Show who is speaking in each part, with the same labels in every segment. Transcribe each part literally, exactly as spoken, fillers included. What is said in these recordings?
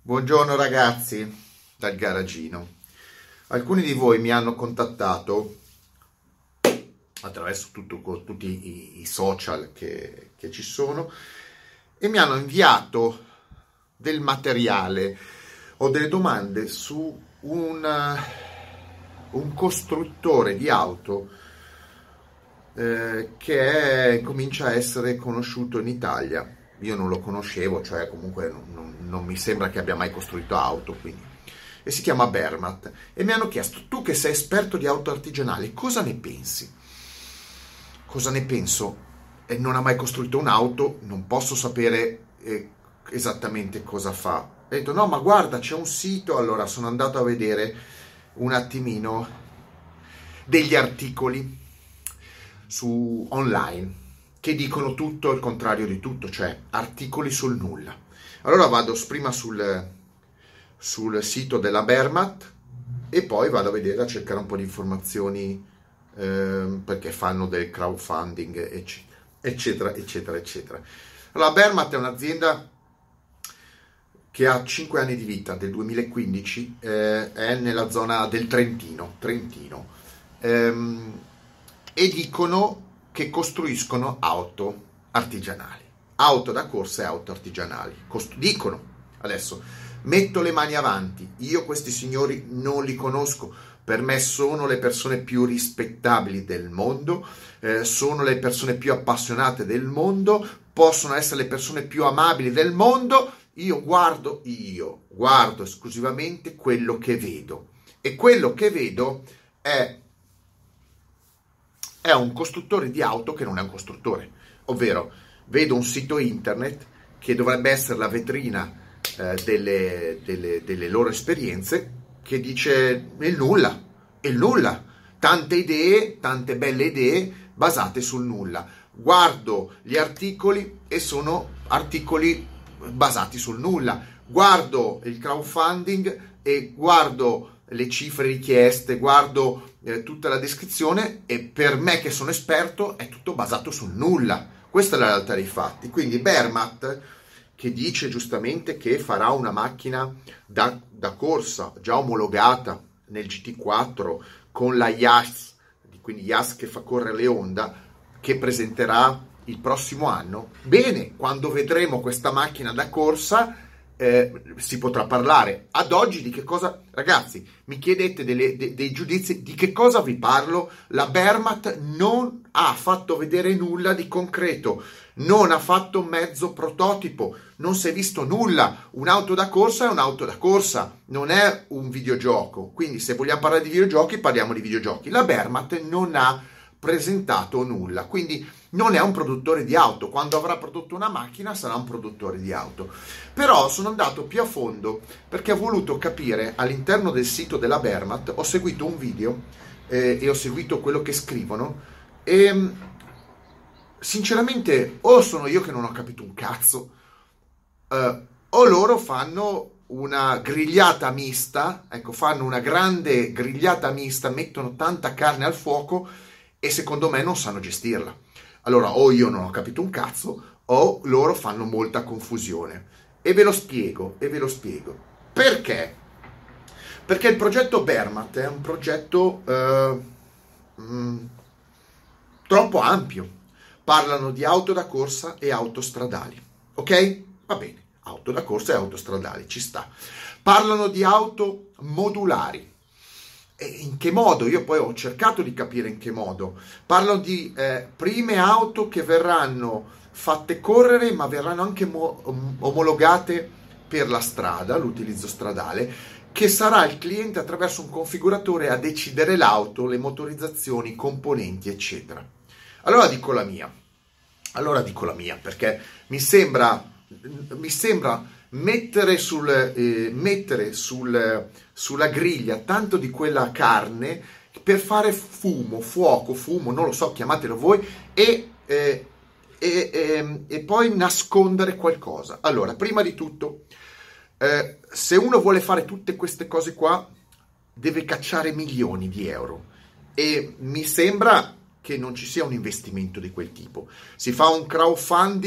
Speaker 1: Buongiorno ragazzi dal garagino. Alcuni di voi mi hanno contattato attraverso tutto, con tutti i, i social che, che ci sono e mi hanno inviato del materiale o delle domande su un, un costruttore di auto eh, che è, comincia a essere conosciuto in Italia. Io non lo conoscevo, cioè comunque non, non, non mi sembra che abbia mai costruito auto, quindi. E si chiama Bermat. E mi hanno chiesto, tu che sei esperto di auto artigianali, cosa ne pensi? Cosa ne penso? E non ha mai costruito un'auto, non posso sapere eh, esattamente cosa fa. Ho detto, no, ma guarda, c'è un sito, allora sono andato a vedere un attimino degli articoli su online che dicono tutto il contrario di tutto, cioè articoli sul nulla. Allora vado prima sul, sul sito della Bermat e poi vado a vedere, a cercare un po' di informazioni eh, perché fanno del crowdfunding, eccetera, eccetera, eccetera, eccetera. Allora, la Bermat è un'azienda che ha cinque anni di vita, del duemilaquindici, eh, è nella zona del Trentino, Trentino ehm, e dicono che costruiscono auto artigianali, auto da corsa e auto artigianali. Cost- dicono, adesso metto le mani avanti, io questi signori non li conosco, per me sono le persone più rispettabili del mondo, eh, sono le persone più appassionate del mondo, possono essere le persone più amabili del mondo, io guardo, io guardo esclusivamente quello che vedo e quello che vedo è è un costruttore di auto che non è un costruttore, ovvero vedo un sito internet che dovrebbe essere la vetrina eh, delle, delle, delle loro esperienze, che dice il nulla, il nulla, tante idee, tante belle idee basate sul nulla. Guardo gli articoli e sono articoli basati sul nulla, guardo il crowdfunding e guardo le cifre richieste, guardo eh, tutta la descrizione e per me che sono esperto è tutto basato sul nulla. Questa è la realtà dei fatti. Quindi Bermat, che dice giustamente che farà una macchina da, da corsa già omologata nel G T quattro con la Yaris, quindi Yaris che fa correre le Honda, che presenterà il prossimo anno, bene, quando vedremo questa macchina da corsa Eh, si potrà parlare. Ad oggi di che cosa, ragazzi, mi chiedete delle, de, dei giudizi, di che cosa vi parlo? La Bermat non ha fatto vedere nulla di concreto, non ha fatto mezzo prototipo, non si è visto nulla. Un'auto da corsa è un'auto da corsa, non è un videogioco, quindi se vogliamo parlare di videogiochi parliamo di videogiochi. La Bermat non ha presentato nulla, quindi non è un produttore di auto. Quando avrà prodotto una macchina sarà un produttore di auto. Però sono andato più a fondo perché ho voluto capire all'interno del sito della Bermat, ho seguito un video eh, e ho seguito quello che scrivono e sinceramente o sono io che non ho capito un cazzo eh, o loro fanno una grigliata mista, ecco, fanno una grande grigliata mista, mettono tanta carne al fuoco e secondo me non sanno gestirla. Allora, o io non ho capito un cazzo, o loro fanno molta confusione. E ve lo spiego, e ve lo spiego. Perché? Perché il progetto Bermat è un progetto eh, mh, troppo ampio. Parlano di auto da corsa e autostradali. Ok? Va bene, auto da corsa e autostradali, ci sta. Parlano di auto modulari. In che modo? Io poi ho cercato di capire in che modo. Parlano di eh, prime auto che verranno fatte correre, ma verranno anche mo- omologate per la strada, l'utilizzo stradale, che sarà il cliente attraverso un configuratore a decidere l'auto, le motorizzazioni, i componenti, eccetera. Allora dico la mia. Allora dico la mia, perché mi sembra, mi sembra mettere sul eh, mettere sul sulla griglia tanto di quella carne per fare fumo, fuoco, fumo, non lo so, chiamatelo voi, e, eh, e, e, e poi nascondere qualcosa. Allora, prima di tutto, eh, se uno vuole fare tutte queste cose qua, deve cacciare milioni di euro e mi sembra che non ci sia un investimento di quel tipo. Si fa un crowdfunding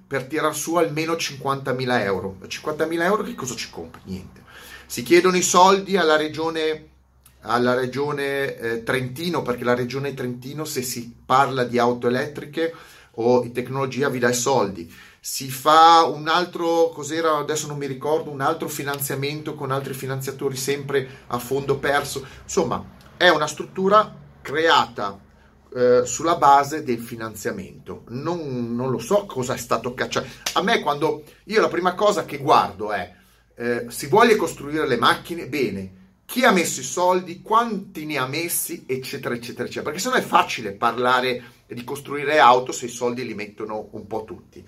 Speaker 1: per tirar su almeno cinquantamila euro. cinquantamila euro che cosa ci compri? Niente. Si chiedono i soldi alla regione, alla regione eh, Trentino, perché la regione Trentino, se si parla di auto elettriche o di tecnologia, vi dà i soldi. Si fa un altro, cos'era, adesso non mi ricordo, un altro finanziamento con altri finanziatori sempre a fondo perso. Insomma, è una struttura creata eh, sulla base del finanziamento. Non, non lo so cosa è stato cacciato. A me, quando io la prima cosa che guardo è eh, si vuole costruire le macchine, bene, chi ha messo i soldi, quanti ne ha messi, eccetera, eccetera, eccetera. Perché sennò è facile parlare di costruire auto se i soldi li mettono un po' tutti.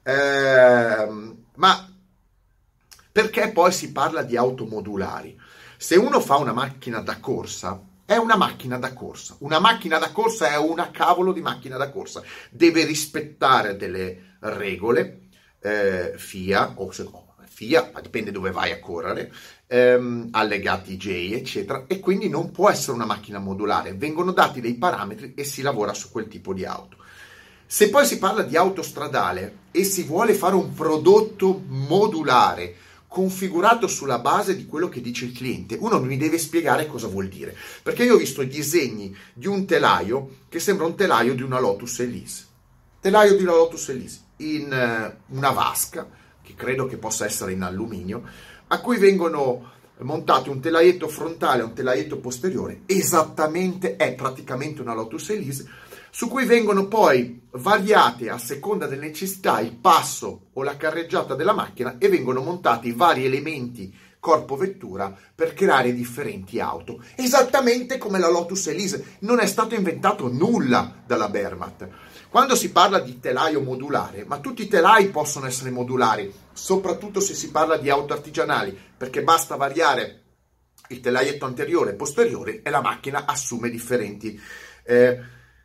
Speaker 1: Eh, ma perché poi si parla di auto modulari? Se uno fa una macchina da corsa, è una macchina da corsa. Una macchina da corsa è una cavolo di macchina da corsa. Deve rispettare delle regole, eh, F I A, o se, F I A, dipende dove vai a correre, ehm, allegati J, eccetera, e quindi non può essere una macchina modulare. Vengono dati dei parametri e si lavora su quel tipo di auto. Se poi si parla di autostradale e si vuole fare un prodotto modulare configurato sulla base di quello che dice il cliente, uno mi deve spiegare cosa vuol dire. Perché io ho visto i disegni di un telaio che sembra un telaio di una Lotus Elise. Telaio di una Lotus Elise in uh, una vasca, che credo che possa essere in alluminio, a cui vengono montati un telaietto frontale e un telaietto posteriore, esattamente, è praticamente una Lotus Elise, su cui vengono poi variate a seconda delle necessità il passo o la carreggiata della macchina e vengono montati vari elementi corpo vettura per creare differenti auto, esattamente come la Lotus Elise. Non è stato inventato nulla dalla Bermat. Quando si parla di telaio modulare, ma tutti i telai possono essere modulari, soprattutto se si parla di auto artigianali, perché basta variare il telaietto anteriore e posteriore e la macchina assume differenti eh,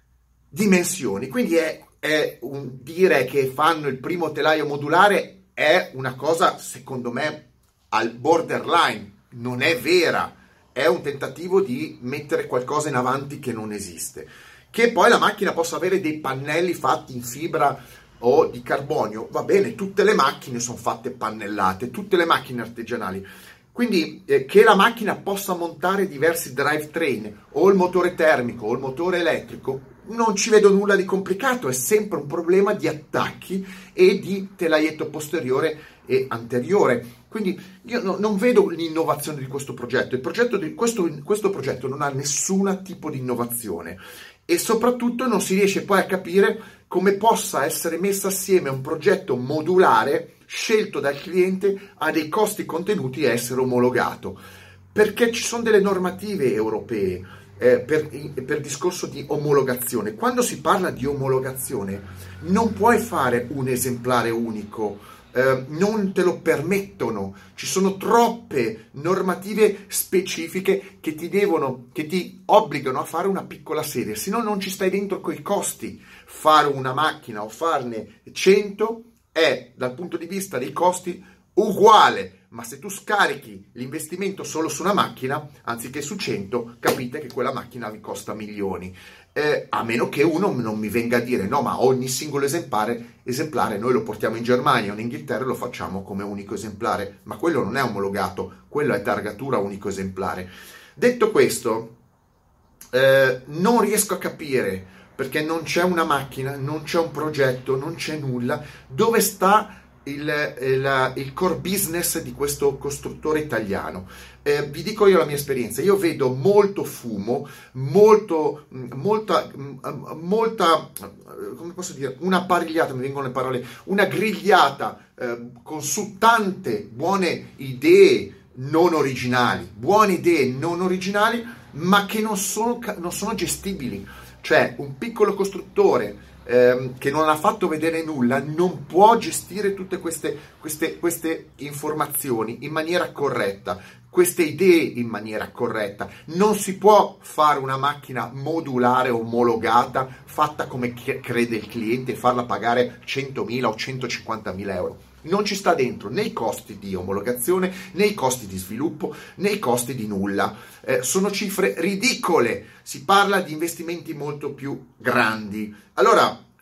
Speaker 1: dimensioni. Quindi è, è un, dire che fanno il primo telaio modulare è una cosa, secondo me, al borderline. Non è vera, è un tentativo di mettere qualcosa in avanti che non esiste. Che poi la macchina possa avere dei pannelli fatti in fibra o di carbonio, va bene, tutte le macchine sono fatte pannellate, tutte le macchine artigianali. Quindi eh, che la macchina possa montare diversi drivetrain, o il motore termico o il motore elettrico, non ci vedo nulla di complicato, è sempre un problema di attacchi e di telaietto posteriore e anteriore. Quindi io no, non vedo l'innovazione di questo progetto. Il progetto di questo, questo progetto non ha nessun tipo di innovazione e soprattutto non si riesce poi a capire come possa essere messo assieme un progetto modulare scelto dal cliente a dei costi contenuti e essere omologato, perché ci sono delle normative europee eh, per, per discorso di omologazione. Quando si parla di omologazione non puoi fare un esemplare unico, eh, non te lo permettono, ci sono troppe normative specifiche che ti devono, che ti obbligano a fare una piccola serie, se no non ci stai dentro coi costi. Fare una macchina o farne cento è dal punto di vista dei costi uguale, ma se tu scarichi l'investimento solo su una macchina anziché su cento, capite che quella macchina vi costa milioni, eh, a meno che uno non mi venga a dire no, ma ogni singolo esemplare, esemplare noi lo portiamo in Germania o in Inghilterra e lo facciamo come unico esemplare, ma quello non è omologato, quello è targatura unico esemplare. Detto questo, eh, non riesco a capire, perché non c'è una macchina, non c'è un progetto, non c'è nulla, dove sta il, il, il core business di questo costruttore italiano. Eh, vi dico io la mia esperienza, io vedo molto fumo, molto, molta, molta, come posso dire, una parigliata, mi vengono le parole, una grigliata eh, con su tante buone idee non originali, buone idee non originali, ma che non sono, non sono gestibili. Cioè un piccolo costruttore ehm, che non ha fatto vedere nulla non può gestire tutte queste, queste, queste informazioni in maniera corretta, queste idee in maniera corretta. Non si può fare una macchina modulare omologata fatta come crede il cliente e farla pagare centomila o centocinquantamila euro. Non ci sta dentro né i costi di omologazione, né i costi di sviluppo, né i costi di nulla. Eh, sono cifre ridicole, si parla di investimenti molto più grandi. Allora,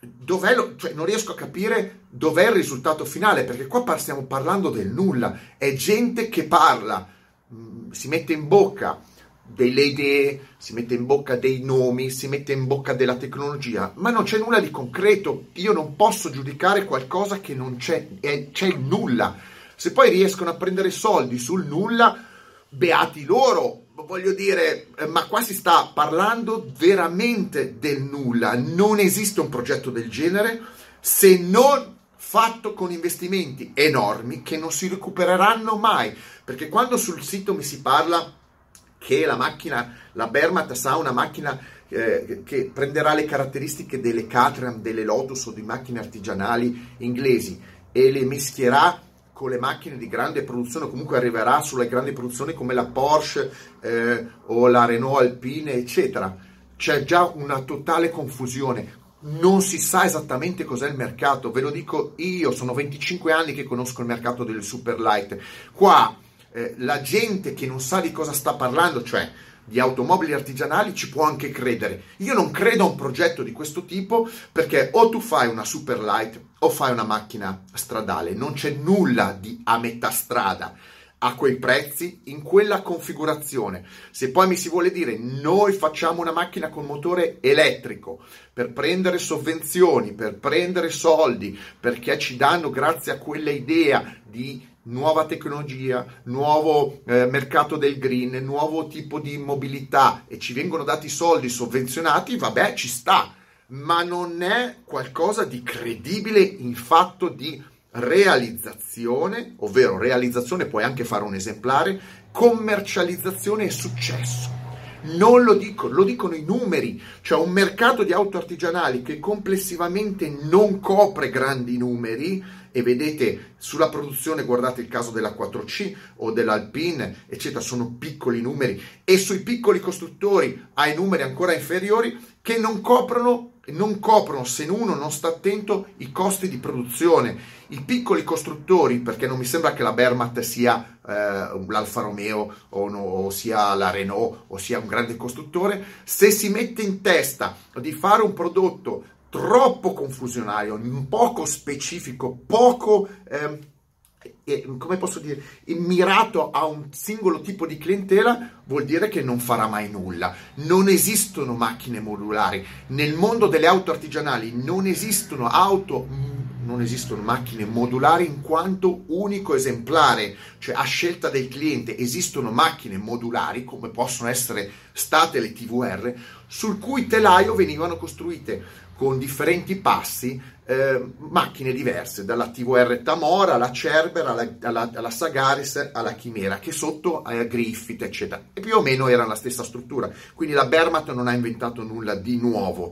Speaker 1: dov'è lo, cioè non riesco a capire dov'è il risultato finale, perché qua stiamo parlando del nulla, è gente che parla, mh, si mette in bocca delle idee, si mette in bocca dei nomi, si mette in bocca della tecnologia, ma non c'è nulla di concreto. Io non posso giudicare qualcosa che non c'è, è, c'è il nulla. Se poi riescono a prendere soldi sul nulla, beati loro, voglio dire, ma qua si sta parlando veramente del nulla. Non esiste un progetto del genere se non fatto con investimenti enormi che non si recupereranno mai, perché quando sul sito mi si parla che la macchina, la Bermat sarà una macchina eh, che prenderà le caratteristiche delle Caterham, delle Lotus o di macchine artigianali inglesi e le mischierà con le macchine di grande produzione, comunque arriverà sulle grandi produzioni come la Porsche eh, o la Renault Alpine, eccetera. C'è già una totale confusione. Non si sa esattamente cos'è il mercato, ve lo dico io, sono venticinque anni che conosco il mercato delle Superlight. Qua eh, la gente che non sa di cosa sta parlando, cioè di automobili artigianali, ci può anche credere. Io non credo a un progetto di questo tipo, perché o tu fai una Superlight o fai una macchina stradale, non c'è nulla di a metà strada a quei prezzi, in quella configurazione. Se poi mi si vuole dire noi facciamo una macchina con motore elettrico per prendere sovvenzioni, per prendere soldi, perché ci danno, grazie a quella idea di nuova tecnologia, nuovo eh, mercato del green, nuovo tipo di mobilità, e ci vengono dati soldi sovvenzionati, vabbè, ci sta, ma non è qualcosa di credibile in fatto di realizzazione, ovvero realizzazione, puoi anche fare un esemplare, commercializzazione e successo. Non lo dico, lo dicono i numeri, cioè un mercato di auto artigianali che complessivamente non copre grandi numeri, e vedete sulla produzione, guardate il caso della quattro C o dell'Alpine, eccetera, sono piccoli numeri, e sui piccoli costruttori hai numeri ancora inferiori che non coprono non coprono, se uno non sta attento, i costi di produzione. I piccoli costruttori, perché non mi sembra che la Bermat sia eh, l'Alfa Romeo o, no, o sia la Renault o sia un grande costruttore, se si mette in testa di fare un prodotto troppo confusionario, poco specifico, poco eh, eh, come posso dire, mirato a un singolo tipo di clientela, vuol dire che non farà mai nulla. Non esistono macchine modulari nel mondo delle auto artigianali, non esistono auto non esistono macchine modulari in quanto unico esemplare, cioè a scelta del cliente. Esistono macchine modulari come possono essere state le T V R, sul cui telaio venivano costruite con differenti passi eh, macchine diverse, dalla T V R Tamora alla Cerber, alla, alla, alla Sagaris, alla Chimera, che sotto a Griffith, eccetera, e più o meno era la stessa struttura. Quindi la Bermat non ha inventato nulla di nuovo,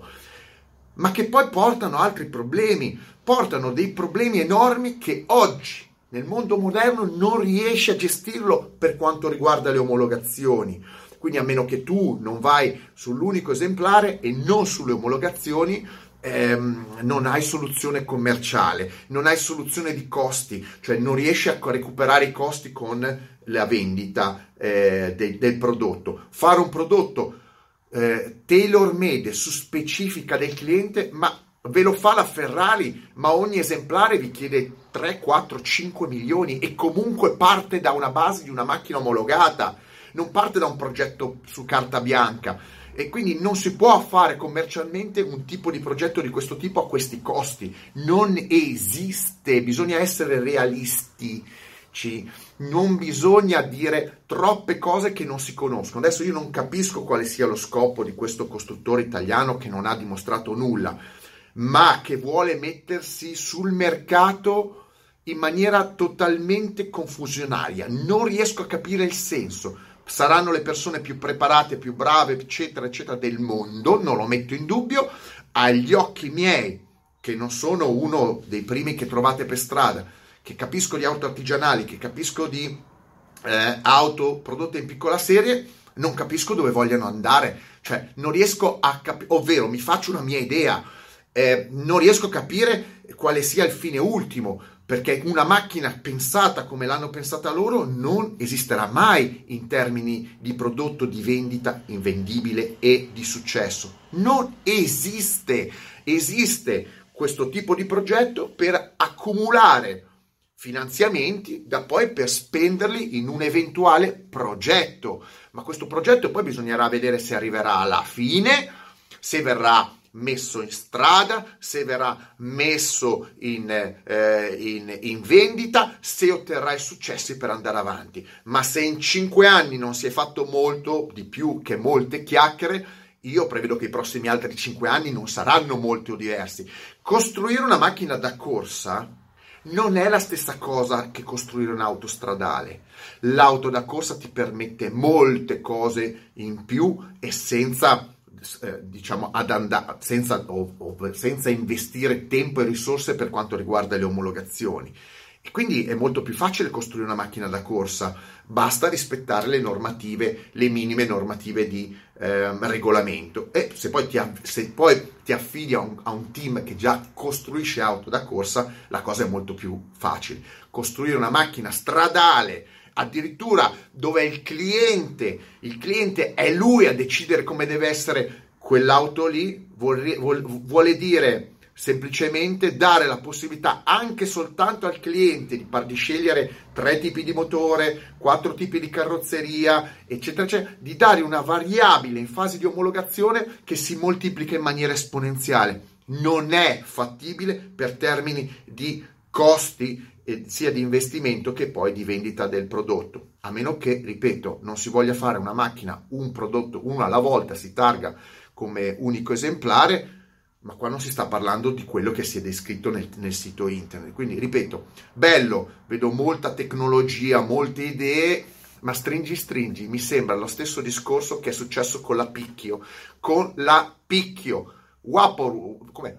Speaker 1: ma che poi portano altri problemi, portano dei problemi enormi che oggi nel mondo moderno non riesce a gestirlo per quanto riguarda le omologazioni. Quindi a meno che tu non vai sull'unico esemplare e non sulle omologazioni, ehm, non hai soluzione commerciale, non hai soluzione di costi, cioè non riesci a recuperare i costi con la vendita eh, de- del prodotto. Fare un prodotto eh, tailor-made su specifica del cliente, ma ve lo fa la Ferrari, ma ogni esemplare vi chiede tre, quattro, cinque milioni e comunque parte da una base di una macchina omologata, non parte da un progetto su carta bianca, e quindi non si può fare commercialmente un tipo di progetto di questo tipo a questi costi. Non esiste, bisogna essere realistici, non bisogna dire troppe cose che non si conoscono. Adesso io non capisco quale sia lo scopo di questo costruttore italiano che non ha dimostrato nulla, ma che vuole mettersi sul mercato in maniera totalmente confusionaria. Non riesco a capire il senso. Saranno le persone più preparate, più brave, eccetera, eccetera, del mondo, non lo metto in dubbio. Agli occhi miei, che non sono uno dei primi che trovate per strada, che capisco di auto artigianali, che capisco di eh, auto prodotte in piccola serie, non capisco dove vogliano andare. Cioè, non riesco a capire, ovvero mi faccio una mia idea, eh, non riesco a capire quale sia il fine ultimo, perché una macchina pensata come l'hanno pensata loro non esisterà mai in termini di prodotto, di vendita invendibile e di successo. Non esiste. Esiste questo tipo di progetto per accumulare finanziamenti da poi per spenderli in un eventuale progetto. Ma questo progetto poi bisognerà vedere se arriverà alla fine, se verrà messo in strada, se verrà messo in, eh, in, in vendita, se otterrà i successi per andare avanti. Ma se in cinque anni non si è fatto molto di più che molte chiacchiere, io prevedo che i prossimi altri cinque anni non saranno molto diversi. Costruire una macchina da corsa non è la stessa cosa che costruire un'auto stradale. L'auto da corsa ti permette molte cose in più e senza Eh, diciamo ad andare senza, o, o senza investire tempo e risorse per quanto riguarda le omologazioni, e quindi è molto più facile costruire una macchina da corsa, basta rispettare le normative, le minime normative di eh, regolamento, e se poi ti, se poi ti affidi a un, a un team che già costruisce auto da corsa, la cosa è molto più facile. Costruire una macchina stradale, addirittura dove il cliente, il cliente è lui a decidere come deve essere quell'auto lì, vuol, vuol, vuole dire semplicemente dare la possibilità anche soltanto al cliente di, di scegliere tre tipi di motore, quattro tipi di carrozzeria, eccetera, eccetera, di dare una variabile in fase di omologazione che si moltiplica in maniera esponenziale. Non è fattibile per termini di costi sia di investimento che poi di vendita del prodotto, a meno che, ripeto, non si voglia fare una macchina, un prodotto, uno alla volta, si targa come unico esemplare, ma qua non si sta parlando di quello che si è descritto nel, nel sito internet. Quindi, ripeto, bello, vedo molta tecnologia, molte idee, ma stringi stringi, mi sembra lo stesso discorso che è successo con la Picchio, con la Picchio, Vapor, com'è?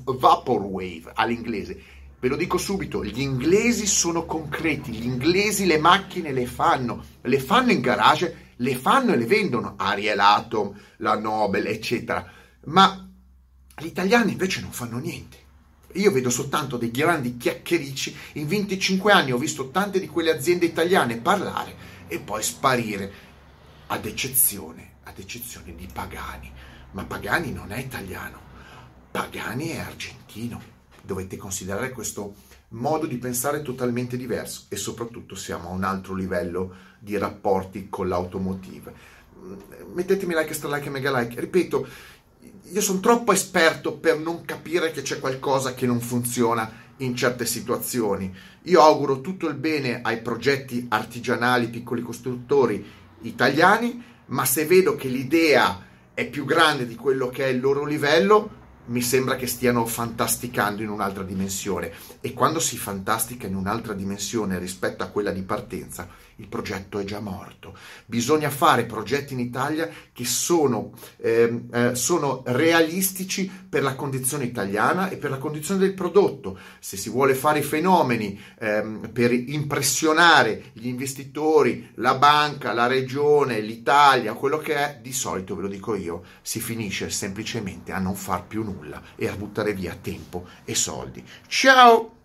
Speaker 1: Vaporwave all'inglese. Ve lo dico subito, gli inglesi sono concreti, gli inglesi le macchine le fanno, le fanno in garage, le fanno e le vendono, Ariel Atom, la Nobel, eccetera, ma gli italiani invece non fanno niente. Io vedo soltanto dei grandi chiacchierici, in venticinque anni ho visto tante di quelle aziende italiane parlare e poi sparire, ad eccezione, ad eccezione di Pagani, ma Pagani non è italiano, Pagani è argentino. Dovete considerare questo modo di pensare totalmente diverso e soprattutto siamo a un altro livello di rapporti con l'automotive. Mettetemi like, stralike e mega like. Ripeto, io sono troppo esperto per non capire che c'è qualcosa che non funziona in certe situazioni. Io auguro tutto il bene ai progetti artigianali, piccoli costruttori italiani, ma se vedo che l'idea è più grande di quello che è il loro livello, mi sembra che stiano fantasticando in un'altra dimensione, e quando si fantastica in un'altra dimensione rispetto a quella di partenza, il progetto è già morto. Bisogna fare progetti in Italia che sono, eh, eh, sono realistici per la condizione italiana e per la condizione del prodotto. Se si vuole fare i fenomeni eh, per impressionare gli investitori, la banca, la regione, l'Italia, quello che è, di solito, ve lo dico io, si finisce semplicemente a non far più nulla e a buttare via tempo e soldi. Ciao!